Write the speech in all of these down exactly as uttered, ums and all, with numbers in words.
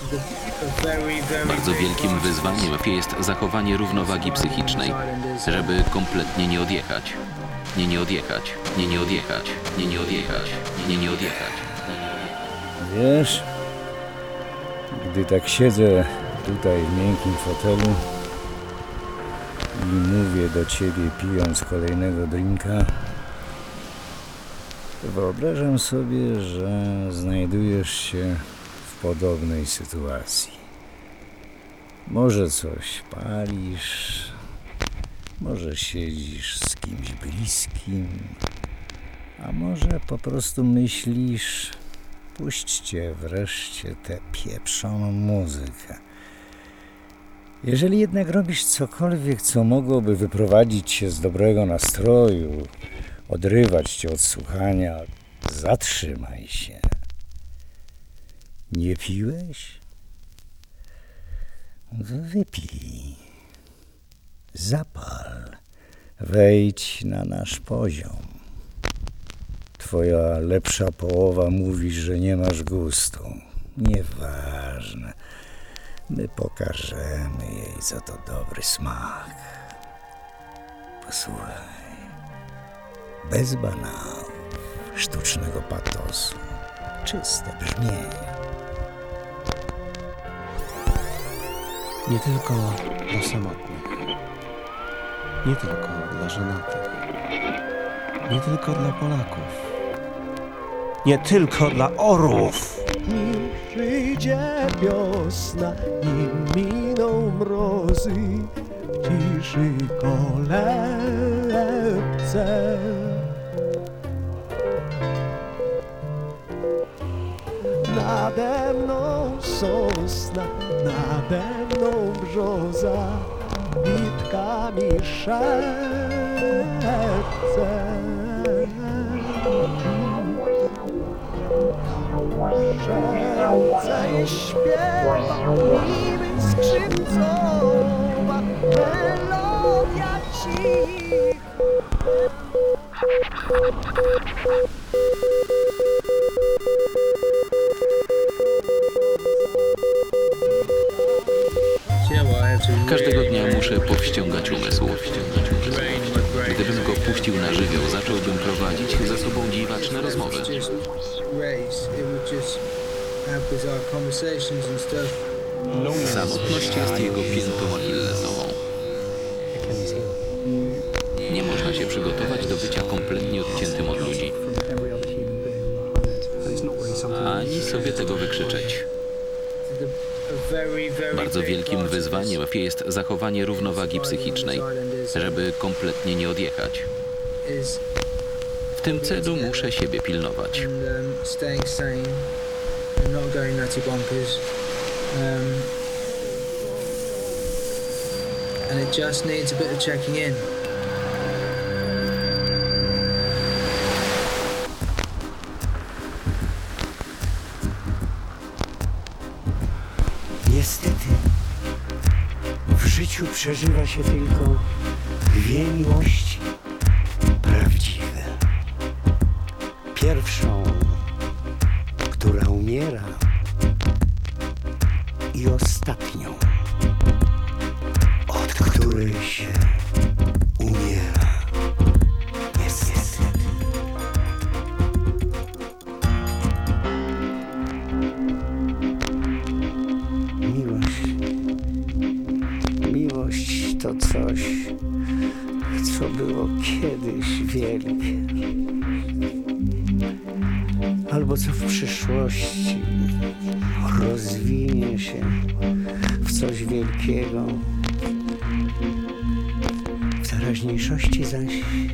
Bardzo wielkim wyzwaniem jest zachowanie równowagi psychicznej, żeby kompletnie nie odjechać. Nie nie odjechać, nie nie odjechać, nie nie odjechać, nie nie odjechać. Wiesz, gdy tak siedzę tutaj w miękkim fotelu i mówię do ciebie, pijąc kolejnego drinka, to wyobrażam sobie, że znajdujesz się w podobnej sytuacji. Może coś palisz, może siedzisz z kimś bliskim, a może po prostu myślisz: puśćcie wreszcie tę pieprzoną muzykę. Jeżeli jednak robisz cokolwiek, co mogłoby wyprowadzić cię z dobrego nastroju, odrywać cię od słuchania, zatrzymaj się. Nie piłeś? Wypij. Zapal. Wejdź na nasz poziom. Twoja lepsza połowa mówi, że nie masz gustu. Nieważne. My pokażemy jej, co to dobry smak. Posłuchaj. Bez banałów, sztucznego patosu, czyste brzmienie. Nie tylko dla samotnych, nie tylko dla żonatych, nie tylko dla Polaków, nie tylko dla orłów. Nim przyjdzie wiosna, nim miną mrozy, w ciszy kolebce. Nade mną sosna, nade mną brzoza, bitkami szepce. Szepce i śpiewa, niby skrzypcowa melodia cicha. Każdego dnia muszę powściągać umysł. Gdybym go puścił na żywioł, zacząłbym prowadzić ze sobą dziwaczne rozmowy. Samotność jest jego piętą achillesową. Nie można się przygotować do bycia kompletnie odciętym od ludzi, ani sobie tego wykrzyczeć. Bardzo wielkim wyzwaniem jest zachowanie równowagi psychicznej, żeby kompletnie nie odjechać. W tym celu muszę siebie pilnować. And it just needs a bit of checking in. Niestety, w życiu przeżywa się tylko dwie miłości prawdziwe. Pierwszą, która umiera, i ostatnią, od której się umiera. Niestety. Miłość. Miłość to coś, co było kiedyś wielkie, albo co w przyszłości rozwinie się w coś wielkiego. W teraźniejszości zaś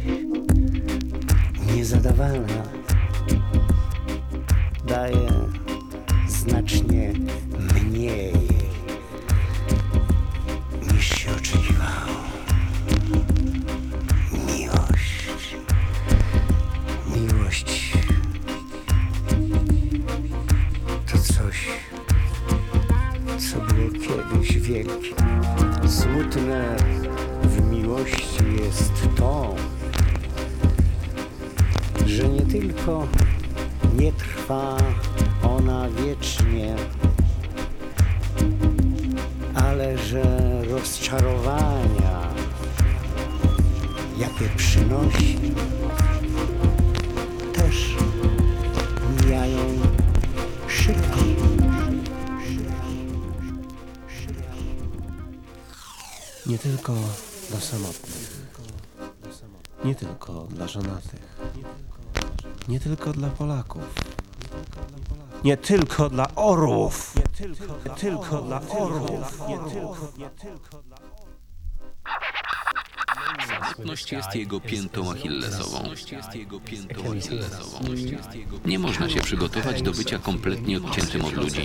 niezadawalna daje znacznie mniej niż się oczekiwało. Miłość. Miłość to coś, co było kiedyś wielkie. Smutne w miłości jest to, że nie tylko nie trwa ona wiecznie, że rozczarowania, jakie przynosi, też mijają szybko. Nie tylko dla samotnych, nie tylko dla żonatych, nie tylko dla Polaków, nie tylko dla orłów, nie tylko dla orłów, nie tylko, nie tylko dla Samotność jest jego piętą achillesową. Nie można się przygotować do bycia kompletnie odciętym od ludzi.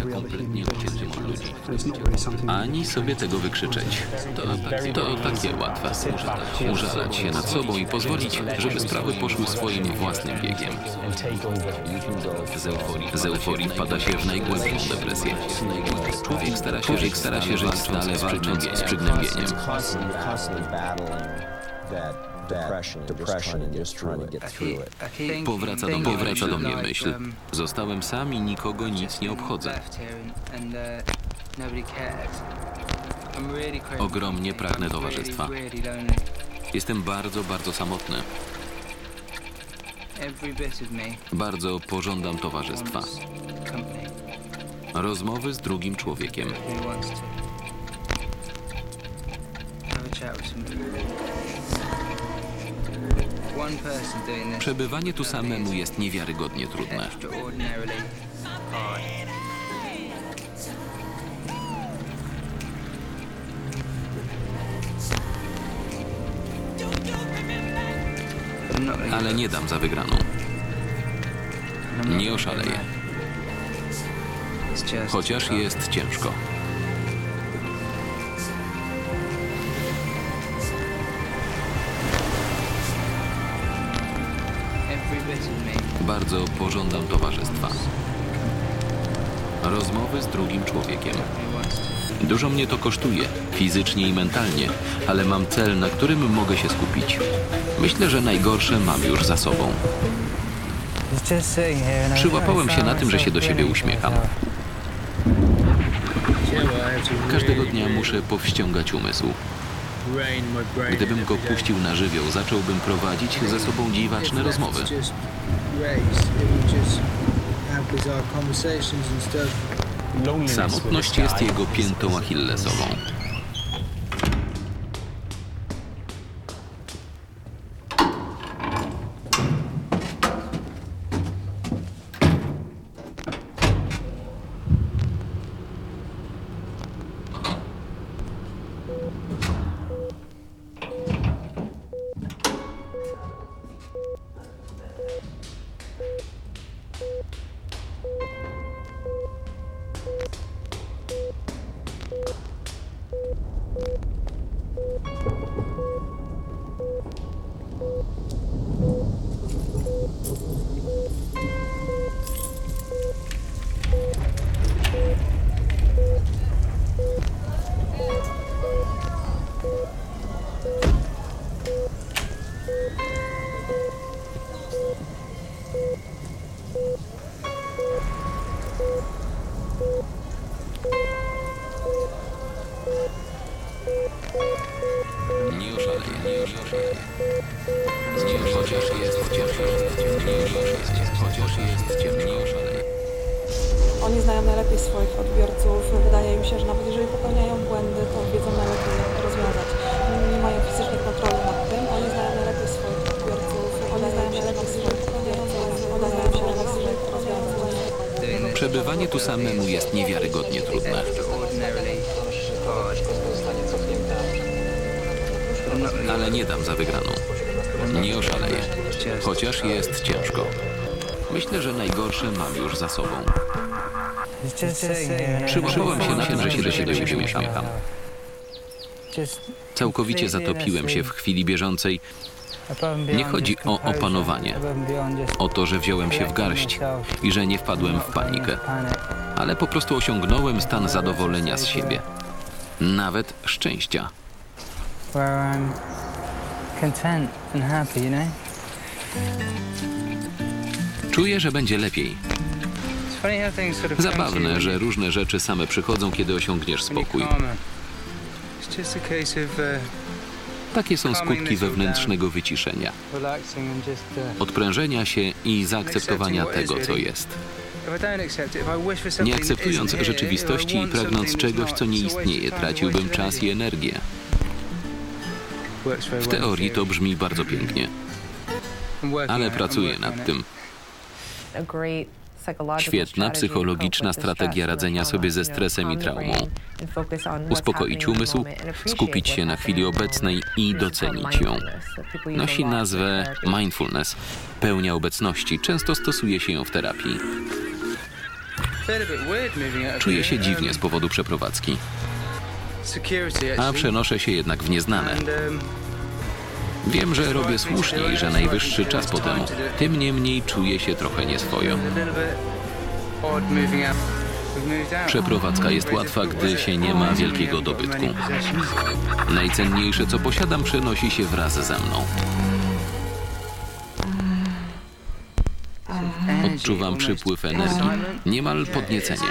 Ani sobie tego wykrzyczeć. To, to takie łatwe. Użalać się nad sobą i pozwolić, żeby sprawy poszły swoim własnym biegiem. Z euforii, z euforii wpada się w najgłębszą depresję. Człowiek stara się, Człowiek stara się żyć stale walcząc z przygnębieniem. Powraca do, powraca do mnie myśl. Zostałem sam i nikogo nic nie obchodzę. Ogromnie pragnę towarzystwa. Jestem bardzo, bardzo samotny. Bardzo pożądam towarzystwa. Rozmowy z drugim człowiekiem. Przebywanie tu samemu jest niewiarygodnie trudne. Ale nie dam za wygraną. Nie oszaleję. Chociaż jest ciężko. Bardzo pożądam towarzystwa. Rozmowy z drugim człowiekiem. Dużo mnie to kosztuje, fizycznie i mentalnie, ale mam cel, na którym mogę się skupić. Myślę, że najgorsze mam już za sobą. Przyłapałem się na tym, że się do siebie uśmiecham. Każdego dnia muszę powściągać umysł. Gdybym go puścił na żywioł, zacząłbym prowadzić ze sobą dziwaczne rozmowy. Samotność jest jego piętą achillesową. Nie oszaleję, nie oszaleję. Nie, chociaż jest ciężko. Nie oszaleję, chociaż jest ciężko. Nie oszaleję. Oni znają najlepiej swoich odbiorców. Wydaje im się, że nawet jeżeli popełniają błędy, to wiedzą najlepiej, jak to rozwiązać. Nie mają fizycznej kontroli nad tym. Oni znają najlepiej swoich odbiorców. Oni znają najlepiej swoich odbiorców. Oni znają się najlepiej, jak to rozwiązać. Przebywanie tu samemu jest niewiarygodnie trudne. Ale nie dam za wygraną. Nie oszaleję. Chociaż jest ciężko. Myślę, że najgorsze mam już za sobą. Przyłapałem się na tym, że się do siebie uśmiecham. Całkowicie zatopiłem się w chwili bieżącej. Nie chodzi o opanowanie, o to, że wziąłem się w garść i że nie wpadłem w panikę, ale po prostu osiągnąłem stan zadowolenia z siebie, nawet szczęścia. Czuję, że będzie lepiej. Zabawne, że różne rzeczy same przychodzą, kiedy osiągniesz spokój. It's just a case of uh, Takie są skutki wewnętrznego wyciszenia, relaxing and just uh, odprężenia się i zaakceptowania tego, co jest. if I don't accept it, if I wish for something Nie that akceptując isn't here, rzeczywistości if I i want pragnąc something that's czegoś, not, co nie it's a waste istnieje, of time, traciłbym wasted czas i energy. energię. Works very W well in teorii to theory. brzmi bardzo pięknie, I'm working ale on it, I'm pracuję working on nad it. tym. Świetna psychologiczna strategia radzenia sobie ze stresem i traumą. Uspokoić umysł, skupić się na chwili obecnej i docenić ją. Nosi nazwę mindfulness, pełnia obecności. Często stosuje się ją w terapii. Felt a bit weird moving out of Czuję here. się dziwnie Um, z powodu przeprowadzki, security, a actually. przenoszę się jednak w nieznane. And, um, Wiem, że robię słusznie i że najwyższy czas po temu. Tym niemniej czuję się trochę nieswojo. a little bit odd moving out. We've moved out. Przeprowadzka jest łatwa, gdy się nie ma wielkiego dobytku. Najcenniejsze, co posiadam, przenosi się wraz ze mną. Odczuwam przypływ energii, niemal podniecenie.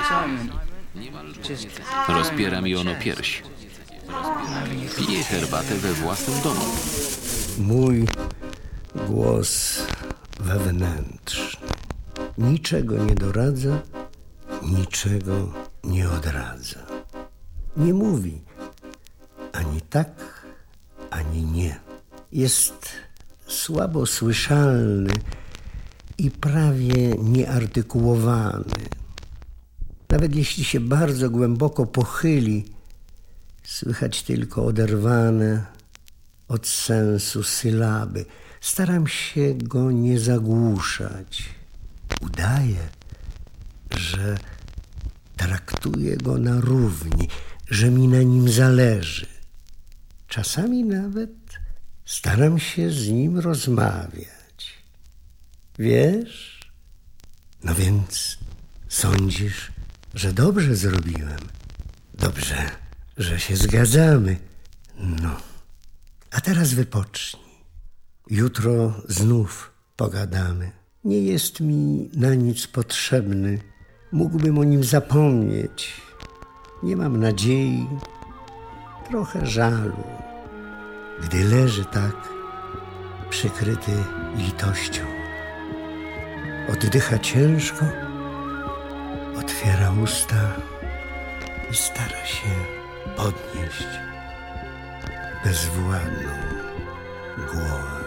Rozpiera mi ono pierś. Piję herbatę we własnym domu. Mój głos wewnętrzny niczego nie doradza, niczego nie odradza. Nie mówi ani tak, ani nie. Jest słabo słyszalny i prawie nieartykułowany. Nawet jeśli się bardzo głęboko pochyli, słychać tylko oderwane od sensu sylaby. Staram się go nie zagłuszać. Udaję, że traktuję go na równi, że mi na nim zależy. Czasami nawet staram się z nim rozmawiać. Wiesz? No więc sądzisz, że dobrze zrobiłem. Dobrze, że się zgadzamy. No, a teraz wypocznij. Jutro znów pogadamy. Nie jest mi na nic potrzebny. Mógłbym o nim zapomnieć. Nie mam nadziei, trochę żalu, gdy leży tak przykryty litością. Oddycha ciężko, otwiera usta i stara się podnieść bezwładną głowę.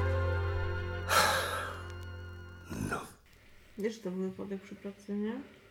No. Wiesz, to był wypadek przy pracy, nie?